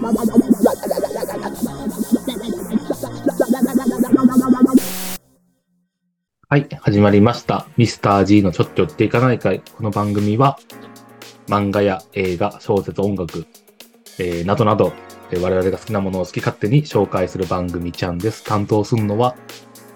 はい、始まりました。ミスター G のちょっと寄っていかない会。この番組は、漫画や映画、小説、音楽、などなど、我々が好きなものを好き勝手に紹介する番組ちゃんです。担当するのは、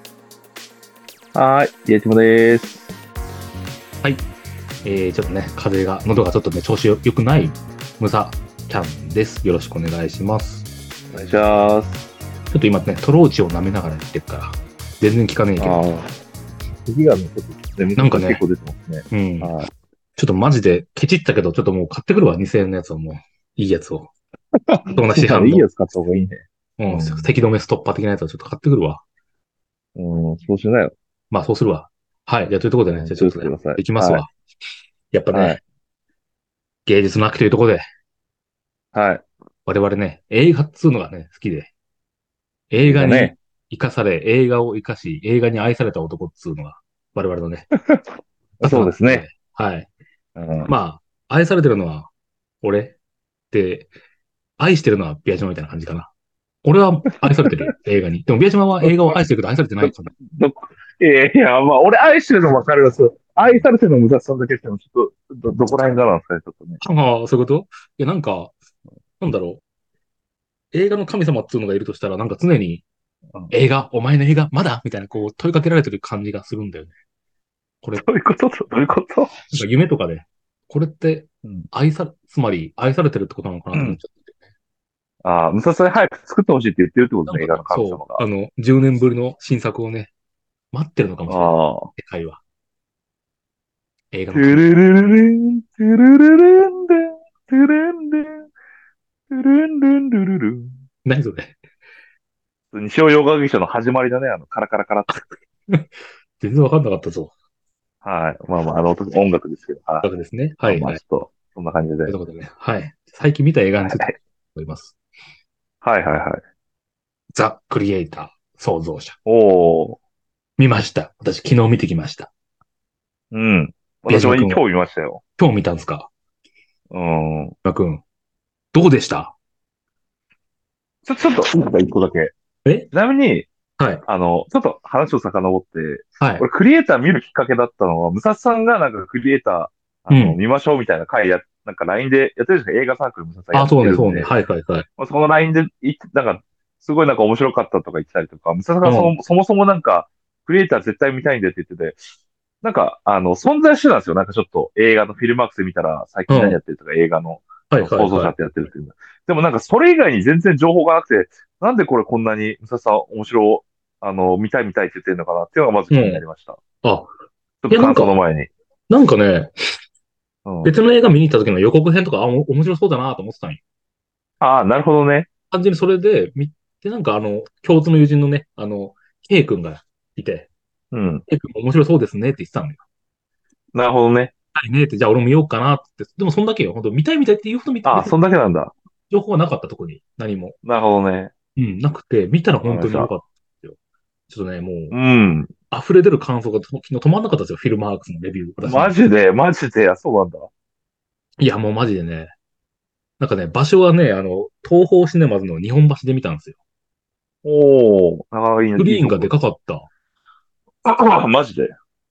はーい、リエティモでーす。 はい、ちょっとね、喉がちょっとね、調子良くないムサちゃんです。よろしくお願いします。 お願いします。 ちょっと今ね、トローチを舐めながら言ってるから、全然聞かねえけど。 次がね、ちょっと眠なんかね気結構出てますね。 うん。ちょっとマジでケチったけど、ちょっともう買ってくるわ、2000円のやつをもう。いいやつを。そんな市そうだね、いい販の。 やつ買った方がいいね。 うん、咳止めストッパー的なやつをちょっと買ってくるわ。 そうしなよ。 まあそうするわ。はい。じゃあというところでね、じゃあち気をょっとね、 つけてください。 いきますわ。やっぱね、 はい。 芸術の秋というところで、 はい。 我々ね、映画っつうのがね、好きで、映画に映画ね。 生かされ、映画を生かし、映画に愛された男っつうのが、我々のね、朝そうなんで、 ですね。 はい。 うん。 まあ、愛されてるのは、俺で、愛してるのはビア島みたいな感じかな。俺は愛されてるよ、映画に。でも、ビア島は映画を愛してるけど愛されてないど、 かな。 ど、いや、まあ、俺愛してるの分かるよ。そう。愛されてるの武蔵さんだけしても、ちょっと、どこら辺がなんですかね、ちょっとね。 ああ、そういうこといや、なんか、なんだろう。映画の神様っていうのがいるとしたら、なんか常に、 うん。 お前の映画、まだみたいな、こう、問いかけられてる感じがするんだよね。これ、 どういうことどういうこと？ なんか夢とかで、これって、 うん。 つまり愛されてるってことなのかなと思っうん。 ちゃって。 ああ、武蔵さん早く作ってほしいって言ってるってことね、映画のなんかね、そう、 神様が。 10年ぶりの新作をね、待ってるのかもしれない。 ああ。 世界は。映画トゥの神様。 ルルルルン、トゥルルルンルン、トゥルンルン、トゥルンルンルルルン。 何それ。 西尾洋画劇場の始まりだね、カラカラカラって。 全然わかんなかったぞ。 はい。まあまあ、音楽ですけど、はい。 わけですね。はまあいはい。 まあちょっと、そんな感じで。 ということでね。はい。最近見た映画についてはい。 思います。 はいはいはい。 ザ・クリエイター、創造者。 おー。 見ました。私、昨日見てきました。 うん。 宮島くんは、 私も今日見ましたよ。 今日見たんですか？ うん。 宮島くん、どうでした？ ちょっと、なんか一個だけ。 えちなみに、 はい。 ちょっと話を遡って、 はい。 俺クリエイター見るきっかけだったのは、武蔵さんがなんかクリエイター、 うん。 見ましょうみたいな会なんか LINE でやってるじゃないですか。映画サークル武蔵さんやあ、 っそうね、そうね。 てるんで、 はいはいはい。 まあ、その LINE で言って、なんか、すごいなんか面白かったとか言ってたりとか、武蔵さんがうん。 そもそもなんか、クリエイター絶対見たいんでって言ってて、なんか、存在してたんですよ。なんかちょっと映画のフィルマークスで見たら、最うん。 近何やってるとか、映画の、 はいはいはい。 創造者ってやってるっていうの。でもなんか、それ以外に全然情報がなくて、なんでこれこんなに、武蔵さん面白、見たいって言ってるのかなっていうのがまず気になうん。 りました。ちあ、 ょっと感いや想の前に。 なんかね、 うん。 別の映画見に行った時の予告編とか、面白そうだなと思ってたんよ。 ああ、なるほどね。 単純にそれで、なんか共通の友人のね、K 君がいて、 うん。 K 君も面白そうですねって言ってたのよ。 なるほどね。 はいねって、じゃあ俺も見ようかなって。でもそんだけよ。本当見たいって言うほどああ、 別にそんだけなんだ。 情報はなかったとこに、何も。 なるほどね。 うん、なくて、見たらわかりました。 本当に良かったですよ。ちょっとね、もうう、 ん。 溢れ出る感想が昨日止まんなかったですよ。フィルマークスのレビュー、私の。 マジで、あ、そうなんだ。 いや、もうマジでね。なんかね、場所はね、東宝シネマズの日本橋で見たんですよ。 おー、 スクリーンがでいいとこ。 かかった。 あ、マジで。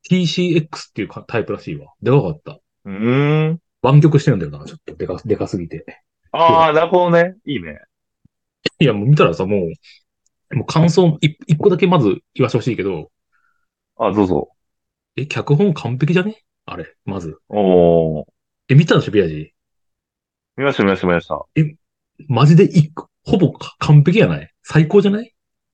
TCX っていうタイプらしいわ。でかかった。 うーん。 湾曲してるんだよな。ちょっとでかすぎて。よかっああ、なるほどね。いいね。 た。いや、もう見たらさ、もう感想一個だけまず言わせてほしいけど、 あ、どうぞ。 脚本完璧じゃねあれ、まず。 おー。 見たんでしょ、ビアジ見ました。 ー。マジでほぼ完璧やない最高じゃない？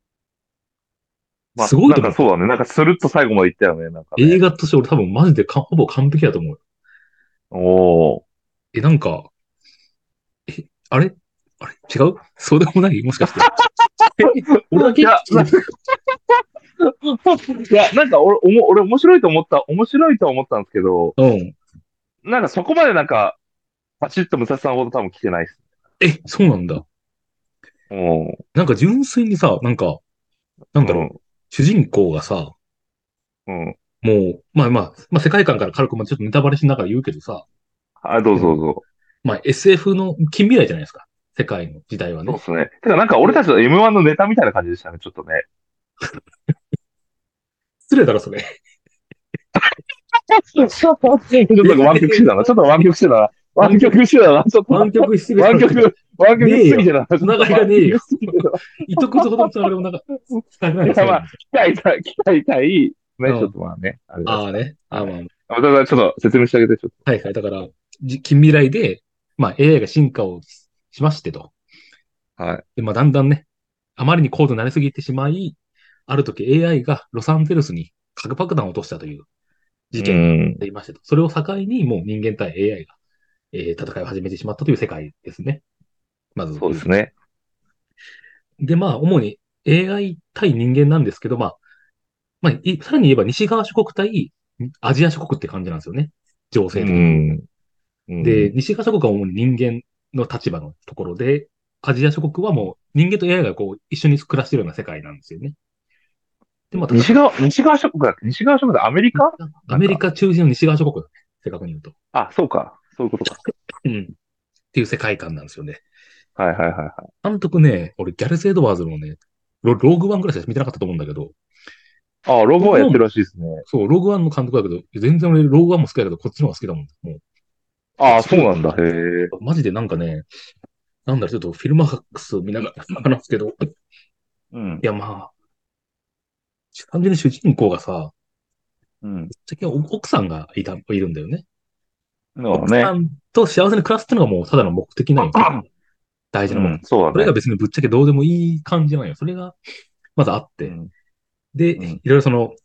まあ、なんすごいと思う。 かそうだね。なんかスルッと最後まで言ったよね。なんかね。 映画として俺多分マジでほぼ完璧だと思うよ。 おー。 なんか、あれ違うそうでもないもしかして。俺だけいや、いや、なんか俺面白いと思ったんですけど、 うん。 なんかそこまでなんか、パチッと武蔵さんほど多分来てないっす。 そうなんだ。 うん。 なんか純粋にさ、なんだろう。 うん。 主人公がさ、 うん。 もう、まあ、世界観から軽くちょっとネタバレしながら言うけどさ、 あ、どうもうぞどうぞ。 まあ SF の近未来じゃないですか。 世界の時代はね。 そうですね。てかなんか俺たちの M1 のネタみたいな感じでしたね、ちょっとね。 失礼だろ、それ。 ちょっと湾曲してたな。ちょっと湾曲してたな。湾曲してたな。ちょっと、 湾曲失礼だろってか。 湾曲、湾曲ねえよ。 しすぎてたな。ちょっつながとりがねえよ。 湾曲しすぎてたな。 糸くずほどつながりもなんか、伝えないよ、 いや、まあ、 最後に。 機械対、ね、ちょっうん。 とまあね、あれですか。 ああね。ああはい。 まあまあ、だからちょっと説明してあげて、ちょっあ。はいはい。だから、近未来で、まあ AI が進化をしましてと。 と。はい。 で、まあだんだんね、あまりに高度になりすぎてしまい、ある時 AI がロサンゼルスに核爆弾を落としたという事う件がん。 ありましてと。それを境にもう人間対 AI が、戦いを始めてしまったという世界ですね。まず言うと。 そうですね。 で、まあ主に AI 対人間なんですけど、さらに言えば西側諸国対アジア諸国って感じなんですよね。情う勢的に言うと。 ん。うで、 ん。 西側諸国は主に人間の立場のところで、アジア諸国はもう人間と AI がこう一緒に暮らしているような世界なんですよね。で、まあ戦っ西側諸国だっけ？西側諸国だ。アメリカアメリなんか。 カ中心の西側諸国だね。正確に言うと。 あ、そうか。そういうことか。 うん。っていう世界観なんですよね。 はいはいはいはい。 監督ね、俺ギャレス・エドワーズのね、ローグワンぐらいしか見てなかったと思うんだけど、 あ、ロローグワン、 ゴはやってるらしいですね。 そう、ローグワンの監督だけど、全然俺ローグワンも好きだけど、こっちの方が好きだもん。もう、 あ、 すごい。 そうなんだ。へえ。 マジでなんかね、なんだろ、ちょっとフィルマークス見ながら話すけど、いうん。 やまあ、単純に主人公がさ、 うん。 最近奥さんがいるんだよね。 そうね。 奥さんと幸せに暮らすっていうのがもうただの目的なんよ、結構。大事な目的。 うん、そうだね。 それが別にぶっちゃけどうでもいい感じなんよ。それがまずあって。 うん、 で、 うん、 いろいろ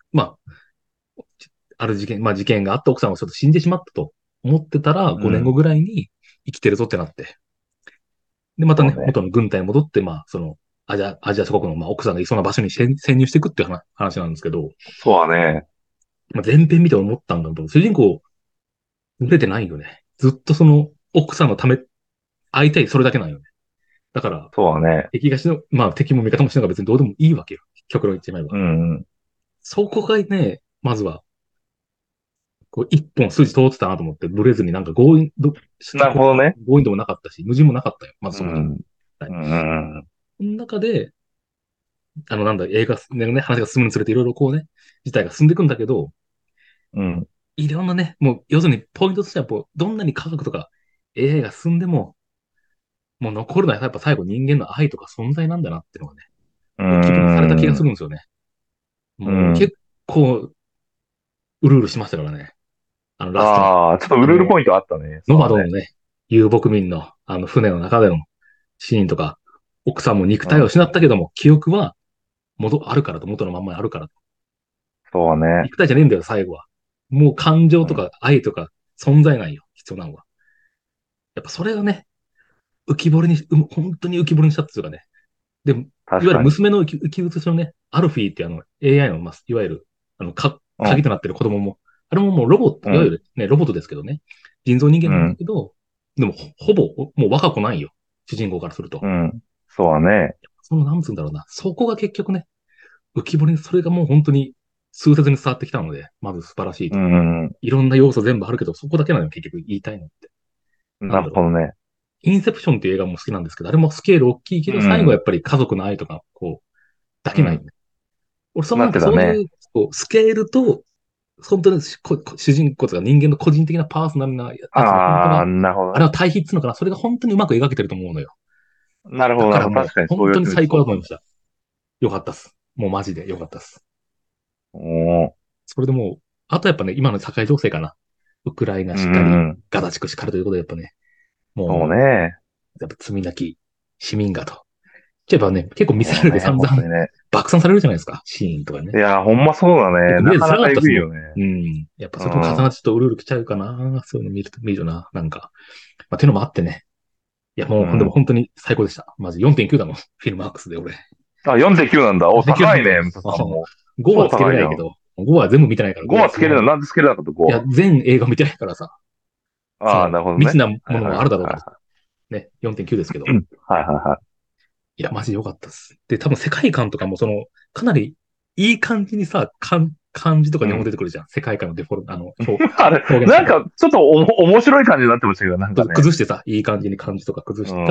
ある事件、事件があって奥さんはちょっと死んでしまったと思ってたら、5年後うん。 ぐらいに生きてるぞってなって。で、またね、 そうね。 元の軍隊に戻って、アジア諸国の、奥さんがいそうな場所に潜入していくっていう話なんですけど、 そうだね。 前編見て思ったんだけど、主人公、濡れてないよね。ずっとその、奥さんのため、会いたい、それだけなんよね。だから、 そうだね。 敵がしの、敵も味方もしながら別にどうでもいいわけよ。極論言ってしまえば。 うん、うん。 そこがね、まずは、こう、一本筋通ってたなと思って、ブレずになんか強引したなることがほどね。 強引でもなかったし、無人もなかったよ。まずそこに。 うん、 はい。 うん、うん。 その中で、映画ね、話が進むにつれていろいろこうね、事態が進んでいくんだけど、 うん。 いろんなね、もう、要するにポイントとしては、どんなに科学とか AI が進んでも、もう残るのはやっぱ最後人間の愛とか存在なんだなっていうのがね、 う浮き彫りにされた気がすん。 るんですよね。 うん。 もう結構、うるうるしましたからね。ラストの。 ああ、ちょっとウルールポイントあったね。 ノそうだね。 マドのね、遊牧民の、船の中でのシーンとか、奥さんも肉うん。 体を失ったけども、記憶はあるからと、元のまんまにあるからと。 そうだね。 肉体じゃねえんだよ、最後は。もう感情うん。 とか愛とか存在ないよ、必要なのは。やっぱそれがね、浮き彫りに、本当に浮き彫りにしたっていうかね。で、いわゆる確かに。 娘の浮き写しのね、アルフィーってAI の、いわゆる、 うん。 鍵となってる子供も、あれももうロボット、 うん。 いわゆるね、ロボットですけどね。人造人間なんだうん。 けど、でもほぼ、もう若くないよ。主人公からすると。 うん。そうだね。 なんつうんだろうな。そこが結局ね、浮き彫りに、それがもう本当に数節に伝わってきたので、まず素晴らしいうと。 ん。 いろんな要素全部あるけど、そこだけなのよ、結局言いたいのって。ななんだろう。 るほどね。 インセプションっていう映画も好きなんですけど、あれもスケール大きいけど、最後はうん。 やっぱり家族の愛とか、こう、だけない。 うん。 俺、そのななんってたね。 かそういう、スケールと、本当に主人公とか人間の個人的なパーソナルなやつの本当ああ、 に、 なるほどね。 あれは対比っつうのかな、それが本当にうまく描けてると思うのよ。 なるほど、なるほど。 だからもう、 確かにそう本言われてみると当に最高そうかも。 だと思いました。よかったっす。もうマジでよかったっす。 おー。 それでもう、あとやっぱね、今の社会情勢かな。ウクライナうしかり、 ん。うん。 ガザ地区しかりということで、やっぱね、 そうもね。 う、やっぱ罪なき市民がと。やっぱね、結構ミサイルでそうね。 散々 本当にね。 爆散されるじゃないですか、シーンとかね。 いや、ほんまそうだね。 結構見ててなかなか辛かったっすもえぐいよね。 ん。うん。やっぱうそれも重なん。 ってちょっとうるうる来ちゃうかな。そういうの見るとな。なんか。っていうのもあってね。いや、もう、でもうん。 本当に最高でした。まず4.9だもん。フィルマークスで俺。 あ、4.9なんだ。お、 4.9なんだよ。 高いね、ムサさんも。 5は超つけれ高いじゃん。 ないけど、5は全部見てないから5 5 はつけれない。 はつけれない。なんでつけれなかった ?5 いや、 は。 全映画見てないからさ。 ああ、なるほどね。 未知なもはいはいのもあるだろうからさ。 はね、4.9ですけど。 いはい。はいはいはい。 いや、マジで良かったっす。で、多分世界観とかもかなりいい感じにさ、漢字とか日本語うん。 出てくるじゃん。世界観のデフォルト、 あれ、 表現の仕方。 なんか、ちょっと面白い感じになってましたけど、なんかね。 崩してさ、いい感じに漢字とか崩うん。はいした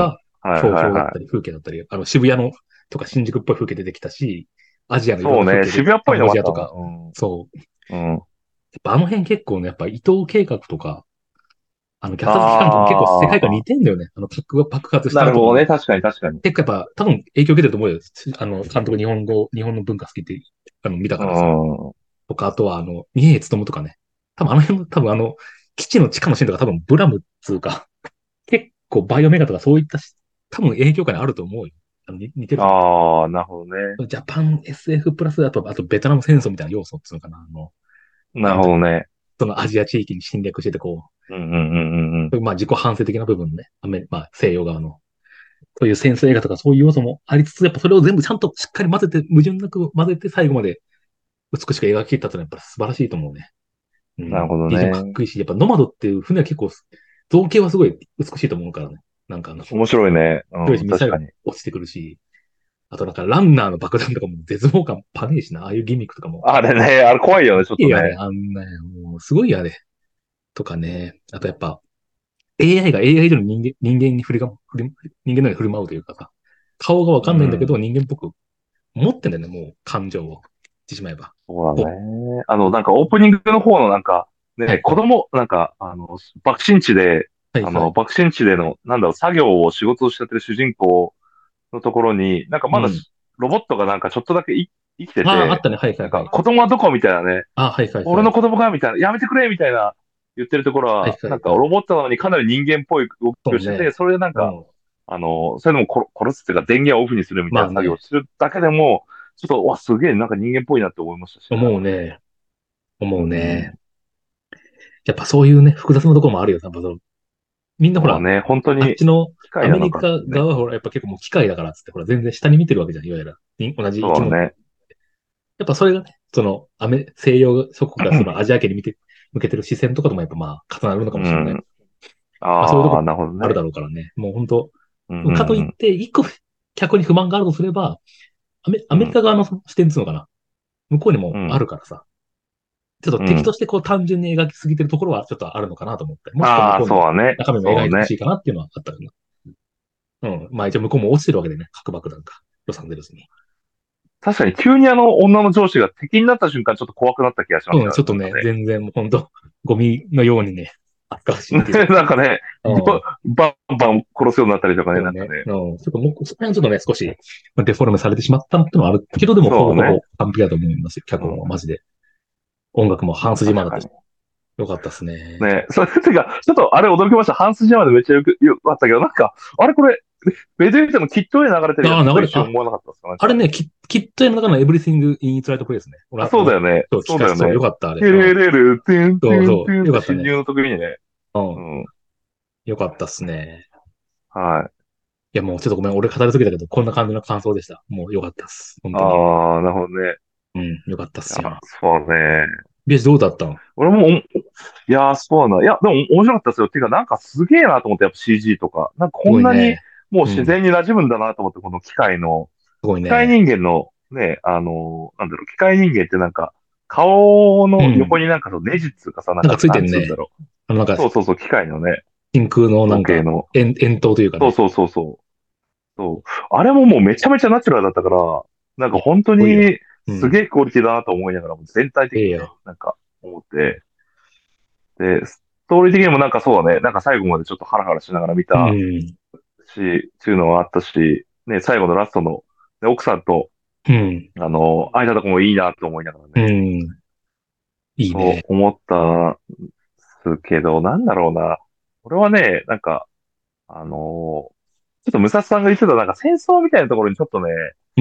はいひょうひはいはい。 ょうだったり、風景だったり、渋谷のとか新宿っぽい風景出てきたし、アジアのいろんそうね。 な風景で、 渋谷っカンぽいのもあったな。 ボジアとか、そう。 うん。うん。 やっぱあの辺結構ね、やっぱ伊東計画とか、虐殺機関とかも結構世界観似ああ、 てんだよね。爆発した後に、 なるほどね。確かに確かに。 結構やっぱ多分影響受けてると思うよ。監督日本の文化好きって、見たうからさ。 ん。 とか、あとは二重勉とかね。多分あの辺の、多分基地の地下のシーンとか多分ブラムっつうか、結構バイオメガとかそういった多分影響下にあると思うよ。似てると思ああ、なるほどね。 う。ジャパン SF プラス、あとベトナム戦争みたいな要素っていうのかな。 なるなんていうの、 ほどね。 そのアジア地域に侵略してて、 うんうんうんうんうん。 まあ自己反省的な部分ね。まあ西洋側の。そういう戦争映画とかそういう要素もありつつ、やっぱそれを全部ちゃんとしっかり混ぜて、矛盾なく混ぜて最後まで美しく描き切ったってのはやっぱり素晴らしいと思うね。うん。 なるほど BG もかっね。 こいいし、やっぱノマドっていう船は結構、造形はすごい美しいと思うからね。なんか面白いね。うん、 白いし、ミサイル確かに。 も落ちてくるし、あとなんかランナーの爆弾とかも絶望感パネーしな、ああいうギミックとかも。 あれね、あれ怖いよね、ちょっとね。 いいあれ、あんな、もうすごいあれ。とかね。あとやっぱ、AI が AI 以上に人間に人間のように振る舞うというかさ、顔がわうかんないんだけどん。 人間っぽく持ってんだよね、もう感情を。言ってしまえば。 そうだこね。なんかオープニングの方のなんか、ね、 はいはい。 子供、なんか、爆心地で、 はいはい。 爆心地での、なんだろう、作業を仕事をしちゃってる主人公のところに、なんかまだうん。 ロボットがなんかちょっとだけ生きてああ、あって、 たね。はいはなんかいはい。 子供はどこみたいなね、 ああ、はいはいはい。 俺の子供がみたいな、やめてくれみたいな言ってるところはいは、なんかはいはい。 ロボットなのにかなり人間っぽい動きをしてて、 そうね。 それでなんか、 うん。 それでも殺すっていうか電源をオフにするみたいな作業をまあね、 するだけでも、ちょっと、わ、すげえなんか人間っぽいなって思いましたしね、あれはね。 思うね。思うね。 うん。 やっぱそういうね、複雑なところもあるよ。やっぱみんなほら、 そうね、本当にあっちの機械なのアメリかってね。 カ側はほら、やっぱ結構もう機械だからっつって、ほら、全然下に見てるわけじゃん、いわゆる。同じ生き物。 そうね。 やっぱそれがね、西洋諸国がそのアジア圏に向けてる視線とかともやっぱまあ重なるのかもしれない。 うん。 まあそういうとこああ、なるほどあるだね。 ろうからね。もう本当、 うんうんかといって、一個客に不満があるとすれば、アうん。 メリカ側の視点っていうのかな。向こうにもあうん。 るからさ。ちょっとうん。 敵として単純に描きすぎてるところはちょっとあるのかなと思って。もうちょっと向ああ、 こうにそうだね。 中身も描いてほそうね。 しいかなっていうのはあったかな。うん。まあ一応向こうも落ちてるわけでね、核爆弾か。ロサンゼルスに。 確かに急に女の上司が敵になった瞬間ちょっと怖くなった気がしましうん、 たよね。 ちょっとね、全然もう本当ゴミのようにね、扱わしいっていうか。 なんかね、 うん。 バンバン殺すようになったりとかね、 そうね。 なんかね。 うん。ちょっともう、そこら辺ちょっとね、少しデフォルメされてしまったっていうのはあるけど、でもほぼほぼそうね。 完璧だと思いますよ。脚本はうん。 マジで。音楽も半筋回だったし。 確かに。 よかったっすね。 ね、それ、てか、ちょっとあれ驚きました。ハンスジャマでめっちゃよかったけど、なんか、あれこれ、ベデュートのキットへ流れてるやああ、 つと流れ、あ、 一瞬思わなかったですかなんか。 あれね、きっとの中の Everything in Its Right Place ね。 あ、そうだよね。 そう、聞かしそう。よそうだよね。 かった、あれ。 ヘうん。 レレル、トゥントゥントそうそう。 ゥンってよかったね。 侵入の時にね。 うん。 うん。 よかったっすね。 はい。 いや、もうちょっとごめん。俺語りすぎたけど、こんな感じの感想でした。もうよかったっす。本当に。 ああ、なるほどね。 うん、よかったっいや、 すよ。 そうね。 ビーチどうだったの？ 俺もいやー、そうなんだ。いや、でも面白かったですよ。てか、なんかすげえなと思って、やっぱ CG とか。なんかすこんなにごいね。 もううん。 自然に馴染むんだなと思って、このすごい機械ね。 人間のね、なんだろう、機械人間ってなんか、顔の横うん。 になんかそのネジっつうかさ、なんなんかか、 ついてんね。 なんつうんだろなんか、 う。そうそうそう、機械のね、 真空のなんか、 造形の。 円筒というかね。 そうそうそうそう。そう。あれももうめちゃめちゃナチュラルだったから、なんいや、かっか本当こいいよ。 にうん。 すげえクオリティだなと思いながらも、全体的にね、 ええよ。 なんか思って、で、ストーリー的にもなんかそうだね、なんか最後までちょっとハラハラしながら見うたん。 し、っていうのはあったし、ね、最後のラストの、ね、奥さんと、 うん。 間とかもいいなと思いながらうね、 ん。いいね。 そう思ったんですけど、なんだろうな。俺はね、なんか、ちょっとムサさんが言ってたなんか戦争みたいなところにちょっとね、 うん。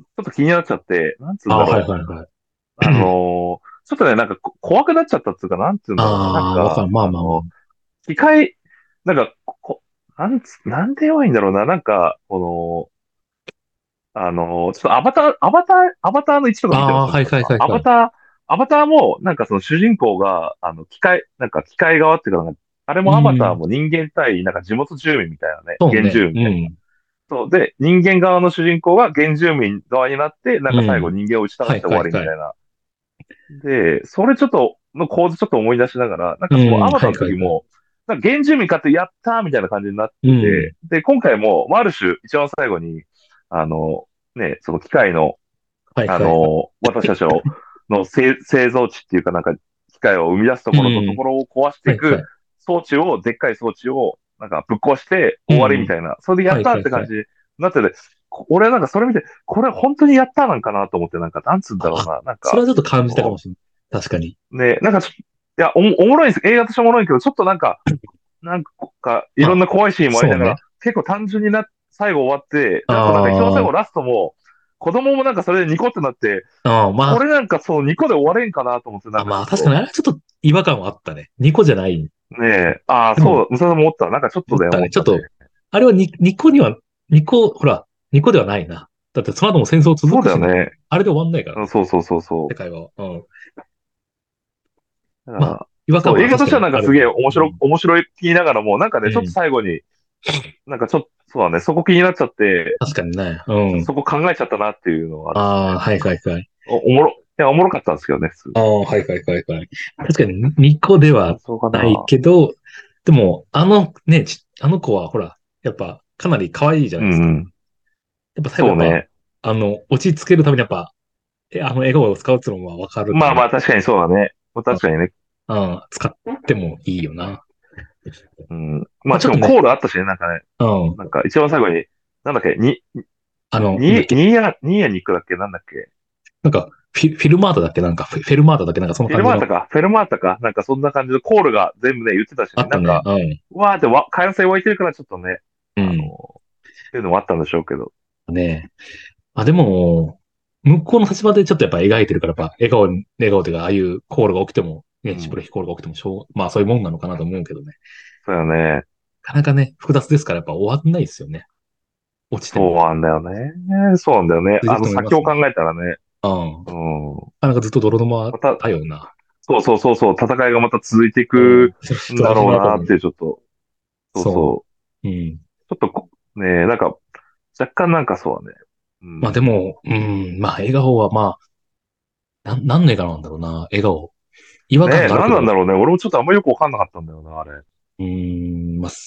ちょっと気になっちゃって、なんつうんああ、はいだろはいはい。 う。ちょっとね、なんか怖くなっちゃったっていうか、なんつうんだろうな。なんああ、わかか、 る。まあまあまあ。 機械、なんか、なんて言えばいいんだろうな。なんか、ちょっとアバターの1とか見てまああ、 すはいはいはいはい。 アバターも、なんかその主人公が、なんか機械側っていうか、あれうもアバターん。 も人間対、なんか地元住民みたいなね、原住そうね。 民みたいな。 うん。 そう。で、人間側の主人公が原住民側になって、なんか最後うん。 人間を打ち倒はいして終わはいはい。 りみたいな。で、それちょっと、の構図ちょっと思い出しながら、なんかそのアうん。 バターはいはいはい。 の時も、 なんか原住民買ってやったーみたいな感じになっうん。 て、で、今回もマルシュ一番最後に、あの、ね、その機械の、 はいはいはい。 私たちの製造地っていうかなんか、機械を生み出すとうころととん。 ころを壊していくはいはい。 でっかい装置を、なんかぶっ壊して終わりみうん。 たいな、それでやはったーいはいはい。 って感じになってて、俺はなんかそれ見て、これ本当にやったーなんかなと思って、なんか、なんつうんだろうあ、 な、なんか、 それはちょっと感じたかもそしれない。確かに。 う、ね、なんかいや、おもろいんです。映画としておもろいけど、ちょっとなんか、いろんまあ、 な怖いシーンもありそうね。 ながら、結構単純に最後終わって、であとなんか一番最後あラストも、子供もなんかそれでニコってなって、 あ、うん、まあ、 これなんかそう、ニコで終われんかなと思って、なんかちまあ、確かょっと、 にあれはちょっと違和感はあったね。2個じゃない。 ねえ、ああ、 でも、 そう、ムササも思った。なんかちょっとで思ったね。 思ったね。 ちょっと、あれは2個には、2個、ほら、2個ではないな。だってその後も戦争続そうくしね。 だよね。 あれで終わんないからね。 うんそうそうそうそ世界は。うん。 う。だかまあ、 ら、 違和感そう、映画としてはは確かになんかすげえあるけど。うん。 面白いって言いながらも、なんかね、ちょっとうん。 最後に、なんかちょっと、そうだね、そこ気になっちゃって、 確かにね。うちょっとん。 そこ考えちゃったなっていうのがあってね、 ああ、 なんか、 はいはいはい。 いや、おもろかったんですけどね、普通。 ああ、はいはいはいはい。確かに2個では感想かないな。 けど、でも、あのね、あの子はほら、やっぱかなり可愛いじゃないですか。 うんうん。 やっぱ最後やっぱ、 そうね。 落ち着けるためにやっぱ、笑顔を使うっていうのはわかるから、 まあまあ、確かにそうだね。確かにね。 うん、使ってもいいよな。 うん。まあ、しかもコまあちょっとね、 ールあったしね、なんかね。 うん、 なんか、一番最後に、なんだっけ、 なんだっけ、 ニーヤに行くだっけ、なんだっけ。 なんかフィルマータだっけなんかフェルマータだっけなんかその感じの、 フェルマータか。なんかそんな感じでコールが全部ね、言ってたしね。 あったね。 なんか、わーって開催湧いてるからちょっとね、 うん、 っていうのもあったんでしょうけど。 うん。ね。あ、でも、向こうの立場でちょっとやっぱ描いてるから、やっぱ笑顔でああいうコールが起きても、ね、シュプうん。 レヒコールが起きてもまあそういうもんなのかなと思うけどね。 そうよね。 なかなかね、複雑ですからやっぱ終わんないですよね。落ちても。 そうなんだよね。そうなんだよね。 続いていくと思いますね。 先を考えたらね。 うん。 うん。 なかなかずっと泥沼また、 だよな。 そう、戦いがまた続いていうん。 くんだ大ろう事な後に。 なって、ちょっと、そうそそう。 う。うん。 ちょっとね、なんか、若干なんかそうだね。うまあでん。 も、うん。まあ笑顔はまあ、何の笑顔なんだろうな。笑顔。違和感ねえ、なんがあるけど、 なんだろうね。俺もちょっとあんまよくわかんなかったんだよな、あれ。 まあ、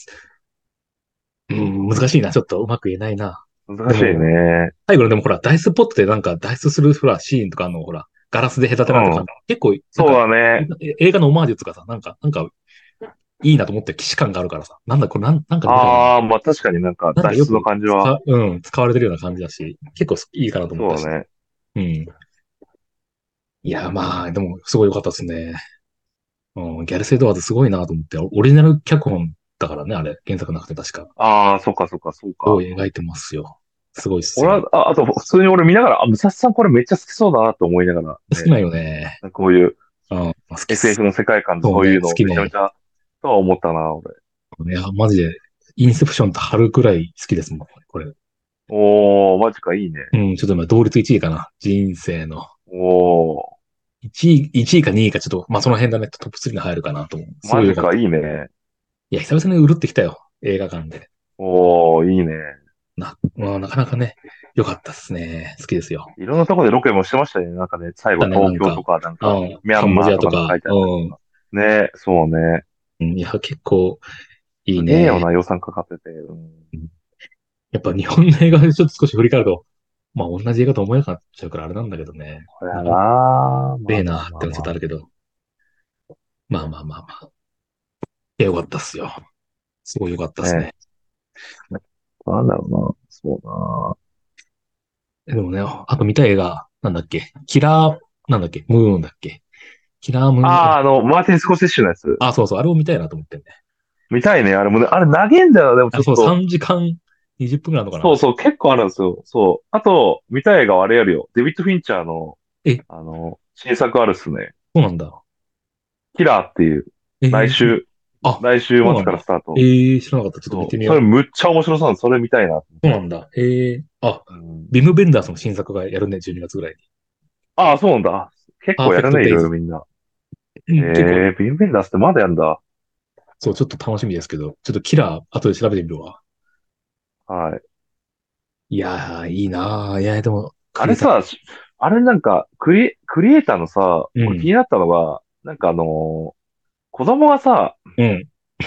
難しいな。ちょっとうまく言えないな。 難しいでも、 ね。 最後のでもほら、ダイスポットでなんか脱出するほら、シーンとかほら、ガラスで隔てうん。 られた感じ。結構、なんそうか、 だね。 映画のオマージュとかさ、なんか、いいなと思って既視感があるからさ、なんだこれなんかで見たような、 ああ、まあ確かになんかなんかよく脱出の感じは、 使われてるような感じだし、結構いいかなと思ったし。 そうだね。 うん。いや、まあ、でも、すごい良かったですね。うん、ギャルセイドアーズすごいなと思って、オリジナル脚本だからね、あれ。原作なくて確か。 ああ、そうか。 どう描いてますよ。すごいっすよ。 俺は、あと、普通に俺見ながら、あ、武蔵さんこれめっちゃ好きそうだなと思いながらね、 好きなんよね。 こういううん、好きっす。 SF の世界観でそうね、 そういうの好きね。 めちゃめちゃ、とは思ったな、俺。 いや、マジで、インセプションと春くらい好きですもん、これ。 おー、マジか、いいね。 うん、ちょっと今、同率1位かな。人生の。 おー、 1位か2位か、ちょっと、まあ、その辺だね、トップ3に入るかなと思う。すマジか、 ごい良かった。いいいね。 や、久々にうるってきたよ。映画館で。 おー、いいね。 まあ、なかなかね、良かったっすね。好きですよ。 いろんなところでロケもしてましたね。なんかね、最後だね、なんか、 東京とか、なんか、ミャカンボジンマーとかなんかアとか、 書いてあったりとか。ね、そうね。 いや、結構いいね。 すげえよな、予算かかってて。うん。 やっぱ日本の映画でちょっと少し振り返ると、まあ同じ映画と思えなくなっちゃうからあれなんだけどね。 これやななかなか、ええまあまあなってのはちょっまあまあ。 とあるけど。まあまあまあまあ。いや、よかったっすよ。すごいよかったっすね。 ね。 なんだろうな。そうな。 でもね、あと見たい映画、なんだっけキラー、なんだっけムーンだっけキラームーン、 ああ、マーティン・スコセッシュのやつ。 あ、そうそう、あれを見たいなと思ってんね。 見たいね。あれもね、あれ長えんだよな。でもちあ、そう、 ょっと。 3時間20分ぐらいあるのかな、あれ。 そうそう、結構あるんですよ。そう。あと、見たい映画はあれやるよ。デビッド・フィンチャーの、 え、 新作あるっすね。 そうなんだ。 キラーっていう、 えー、 来週、 あ、 来週末そうなんだ。 からスタート。 知らなかった。ちょっと見てそう。 みよう。 それむっちゃ面白そうなんで、それ見たいなと思って。 そうなんだ。 うん。 ビム・ベンダースの新作がやるね、12月ぐらいに。 ああ、そうなんだ。結パーフェクト・構やるね、いデイズ。 ろいろみんな。 うん、結構、 ビンベンダースってまだやんだ。 そう、ちょっと楽しみですけど、ちょっとキラー、後で調べてみるわ。 はい。 いやー、いいなー。いや、でも、クリエイター、 あれさ、あれなんか、クリエイターのさ、 うん、 俺気になったのが、なんか子供がさ、 うん。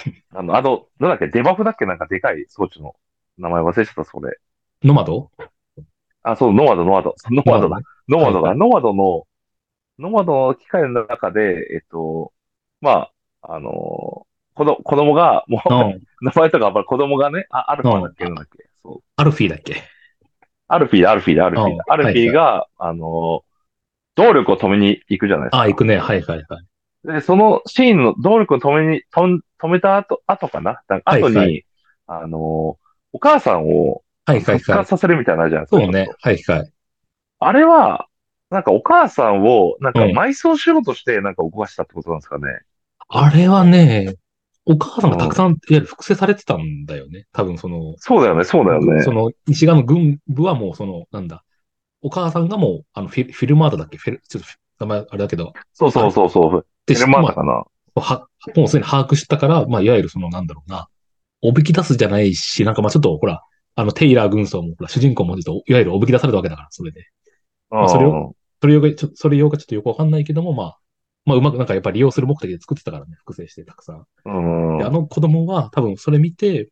なんだっけ、デバフだっけなんかでかい装置の名前忘れちゃった、それ。 ノマドあ、そう、ノマド。そうノマドだ。 ノマドね。 ノマドが、 はいはい。 ノマドの機械の中で、まあ、子供が、もう、 うん。 名前とか、やっぱり子供がね、アルうん。 ファだっけ、なんだっけ、そう。 アルフィーだっけ？うん。 アルフはいはい。 ィが、動力を止めに行くじゃないですあ、行か。 くね。はいはいはい。 で、そのシーンの動力を止めた後かなはいはい。 後に、お母さんを、 はいはいはい。 復活させるみたいなのあるじゃないですか、 そうね。 ちょっと。 はいはい。 あれは、なんかお母さんを、なんうん。 か埋葬しようとして、なんか動かしたってことなんですかね。 あれはね、お母さんがたくうん。 さん、いわゆる複製されてたんだよね。多分そうだよね、そうだよね。 その、西側の軍部はもうなんだ、お母さんがもう、フィルマートだっけちょっと、名前あれだけど、 そうそうあれそうそう。 で、 ヘルマーまタかな。 もうすでに把握したから、まあ、いわゆるなんだろうな、おびき出すじゃないし、なんかまあちょっと、ほら、テイラー軍曹も、ほら、主人公もちょっと、いわゆるおびき出されたわけだから、それで。 うまあ、 ん。 それ用がちょっとよくわかんないけども、まあ、うまくなんかやっぱり利用する目的で作ってたからね、複製してたくさん。 うで、あん。 の子供は多分それ見て、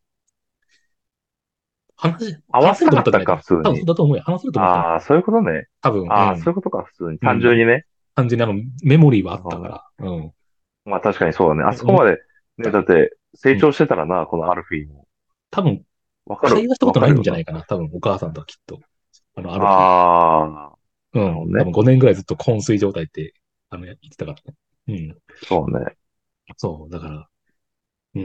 話せると合わせたかったか、 思ったんじゃないかな。多分そう普通に。 だと思うよ。話せると思ったの。 ああ、そういうことね。 多分、うああ、 ん。 そういうことか、普通に。 うん。 単純にね。 単純にメモリーはあなるほどね。 ったから。うん。 まあ確かにそうだね。あそこ思っまで、ね、 た。 だって成うん。 長してたらな、このアルフィーも。 多分、 わかる、 会話したことないわかるよな。 んじゃないかな。多分、お母さんとはきっと。ある日。 ああ、 うん。 なるほどね。 多分5年ぐらいずっと昏睡状態って、言ってたからね。うん。 そうね。 そう。だから、うん。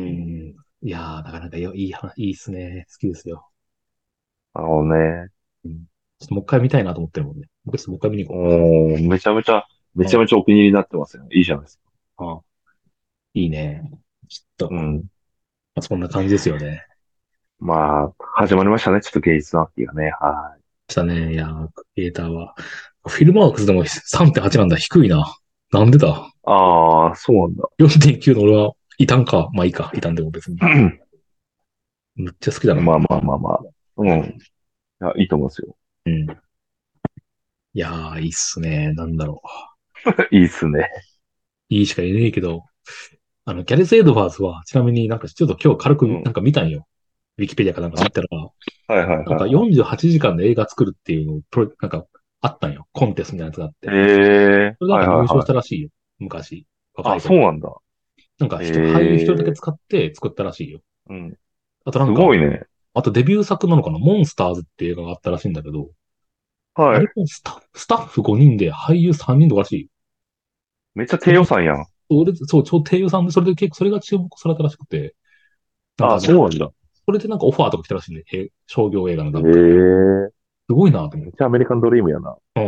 いやー、なかなかいい話、いいっすね。好きですよ。 なるほどね。 うん。ちょっともう一回見たいなと思ってるもんね。僕ちょっともう一回見に行こおー、めう。うん。 ちゃめちゃお気に入りになってますよ。いいじゃないですか。 あ、いいね。ちょっと、まうん。 あ、そんな感じですよね。 まあ、始まりましたね。ちょっと芸術の秋がね。はしたね。いやー、クリエイターは。フィルマークスでも3.8なんだ。低いな。なんでだ？ い。ああ、そうなんだ。 4.9 の俺はいたんか。まあいいか。いたんでも別に。めっちゃ好きだな。 まあまあまあまあ。うん。いや、いいと思いますよ。 うん。いやー、いいっすね。なんだろいいっすね。 う。いいしか言えねえけど、ギャレス・エドワーズは、ちなみになんかちょっと今日軽くうん。 なんか見たんよ。ウィキペディアかなんか見たら、 はいはいなんかは 48時間で映画作るっていうのをなんかあったんよ。コンテストみたいなやつがあっい。 て。 ええはいそれなんか入賞しはいはい。 たらしいよ。昔。若あ、 い時。 そうなんだ。 なんか俳優一人だけええ使って作ったらしいよ。 うん。 あとなんすごか、 いね。 あとデビュー作なのかなモンスターズっていう映画があったらしいんだけど、あはい。 れもスタッフ5人で俳優3人とからしいよ。 めっちゃ低それも、 予算やん。 そう、超低予算で、それで結構それが注目されたらしくて、なんあ、 かそうなんだ。 それでなんかオファーとか来たらしいね。商業映画のえ段階。 えすごいなと思って。 めっちゃアメリカンドリームやな。 うん。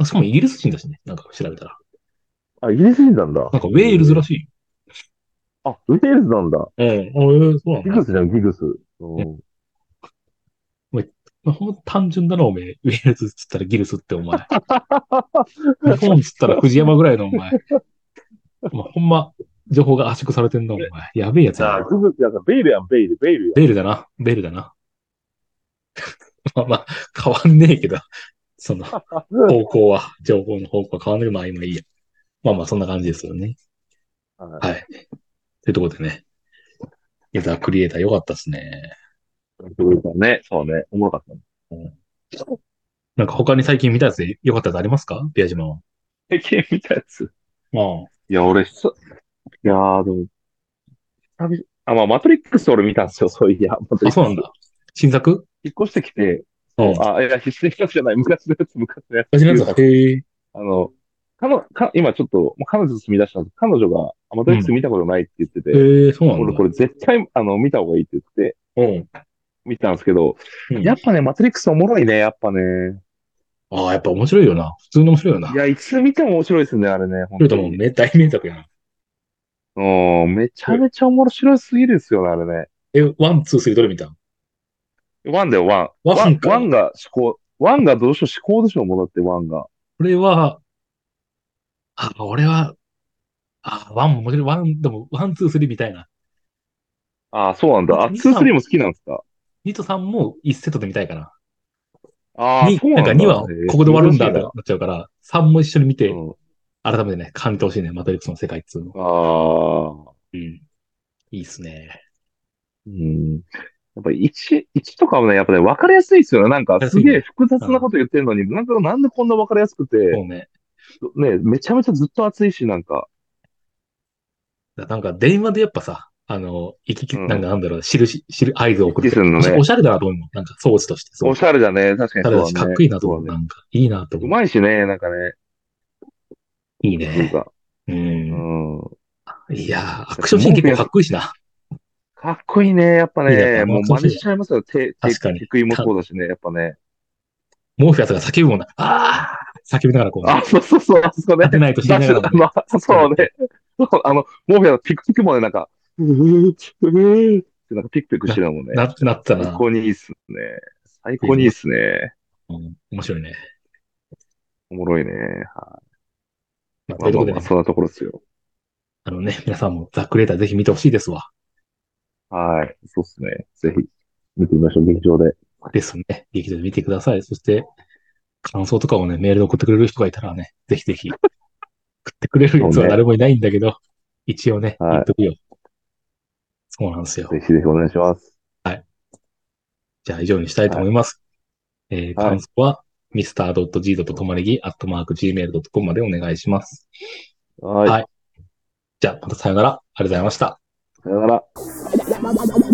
しかもイギリス人だしね。なんか調べたら。 あ、イギリス人なんだ。 なんかウェールズらしいよ。 あ、ウェールズなんだ。 うん。そうなんだ。 ギグスじゃん、ギグス。 うん。 うん。 お前、ほんま単純だな、お前。ウェールズっつったらギルスってお前。日本っつったら藤山ぐらいのお前。ほんま、情報が圧縮されてんな、お前。やべえやつやな。 ギグスやんか、ベイルやん、ベイルやん。 ベールだな。ベールだな。まあまあ、変わんねえけど、その、方向は、情報の方向は変わんないけど、まあ今いいや。まあまあ、そんな感じですよね。 ははい。というところでね。いや、ザ・クリエイター良かったですね。 い。ね、そうね、おもろかったね。 うん。なんか他に最近見たやつで良かったやつありますかビア島は？ 最近見たやつ。 ああ。 いや、いやー、でも、まあ、マトリックス俺見たんですよ、そういや、マトあ、 リックス。 そうなんだ。新作？ 引っ越してきて、そう、 うん。 いや、必死のやつじゃない、昔のやつ、 私のやつは、 旧作。 へえ。 あの、今ちょっと、もう彼女と住み出したんです彼女が、マトリックスうん。 見たことないって言ってて、 へえ、そうなんだ。 俺これ絶対、見た方がいいって言ってうん。 見たんですけど、 うん。 やっぱね、マトリックスおもろいね、やっぱね。 ああ、やっぱ面白いよな。普通に面白いよな。 いや、いつ見ても面白いですね、あれね、本それと当に。 も大名作やな。 うん、めちゃえ、 めちゃ面白すぎるですよね、あれね。 ワン、ツー、スリーどれ見た？ ワンだよ、ワン。 ワンか。 ワンがどうしよう、思考でしょ、もうだってワンが。 これは、俺は、ワンも面白い。ワン、でも、ワン、ツー、スリーみたいな。 ああ、そうなんだ。あ、 2と 2、 3、 3も好きなんですか？ 2と3も1セットで見たいかな。 ああ、そうなんかなんだ。 2はここで終わるんだってな珍しいな。 っちゃうから、3も一緒に見て、 うん。 改めてね、感じてほしいね。マトリックスの世界っつうの。 ああ、 うん。 いいっすね。 うん。やっぱ1とかもね、やっぱね、わかりやすいですよね。なんかすげえ安いね。 複雑なうん。 こと言ってるのに、なんでこんなわかりやすくて、 そうね。 ね、めちゃめちゃずっと熱いし、なんか。 なんか電話でやっぱさ、なんかうん。 なんだろう、合図を行き来送るって、 するのね。 おしゃれだなと思うの。なんか装置としてすごおしく。 ゃれだね。確かにおしゃれだし、かっそうだね。 こいいなと思う。 そうだね。 なんか、いいなとう思う。 まいしね、なんかね。 いいね。 工夫が。 ううん。 ん。 いやー、アだっクションシーン結構かってモーフィアス、 こいいしな。 かっこいいね。やっぱいいね。やっぱね、もう真似アクションシーン、 しちゃいますよ。 確かに。 手食いもそうだしね。やっぱね。 モーフィアスが叫ぶもんな。あー叫びながらこうね、 あ、そうそうそう、あそこね。 当てないと死にダッシュ、 ながらもね、 そうね。 突っ込んでって、 そうモーフィアスピクピクもね、なんか、うー、うーってなんかピクピクしてるもんね。 なってた最な。 高にいいっすね。最いいですね。 高にいいっすね。 うん、面白いね。 おもろいね。 まあ、とまあまあまあ、 いうところでね、 そんなところですよ。 皆さんもザ・クリエイターぜひ見てほしいですわ。 はい。そうっすね。ぜひ、見てみましょう、劇場で。 ですね。劇場で見てください。そして、感想とかをね、メールで送ってくれる人がいたらね、ぜひぜひ、送ってくれるやそうね。 つは誰もいないんだけど、一応ね、言っはとくよ。そうなんですい。ぜよ。 ひぜひお願いします。 はい。じゃあ以上にしたいとはい。 思います。 はい。 感想は、mr.g.tomari@gmail.com までお願いします。 はい。 はい。じゃあ、またさよなら。ありがとうございました。 さよなら。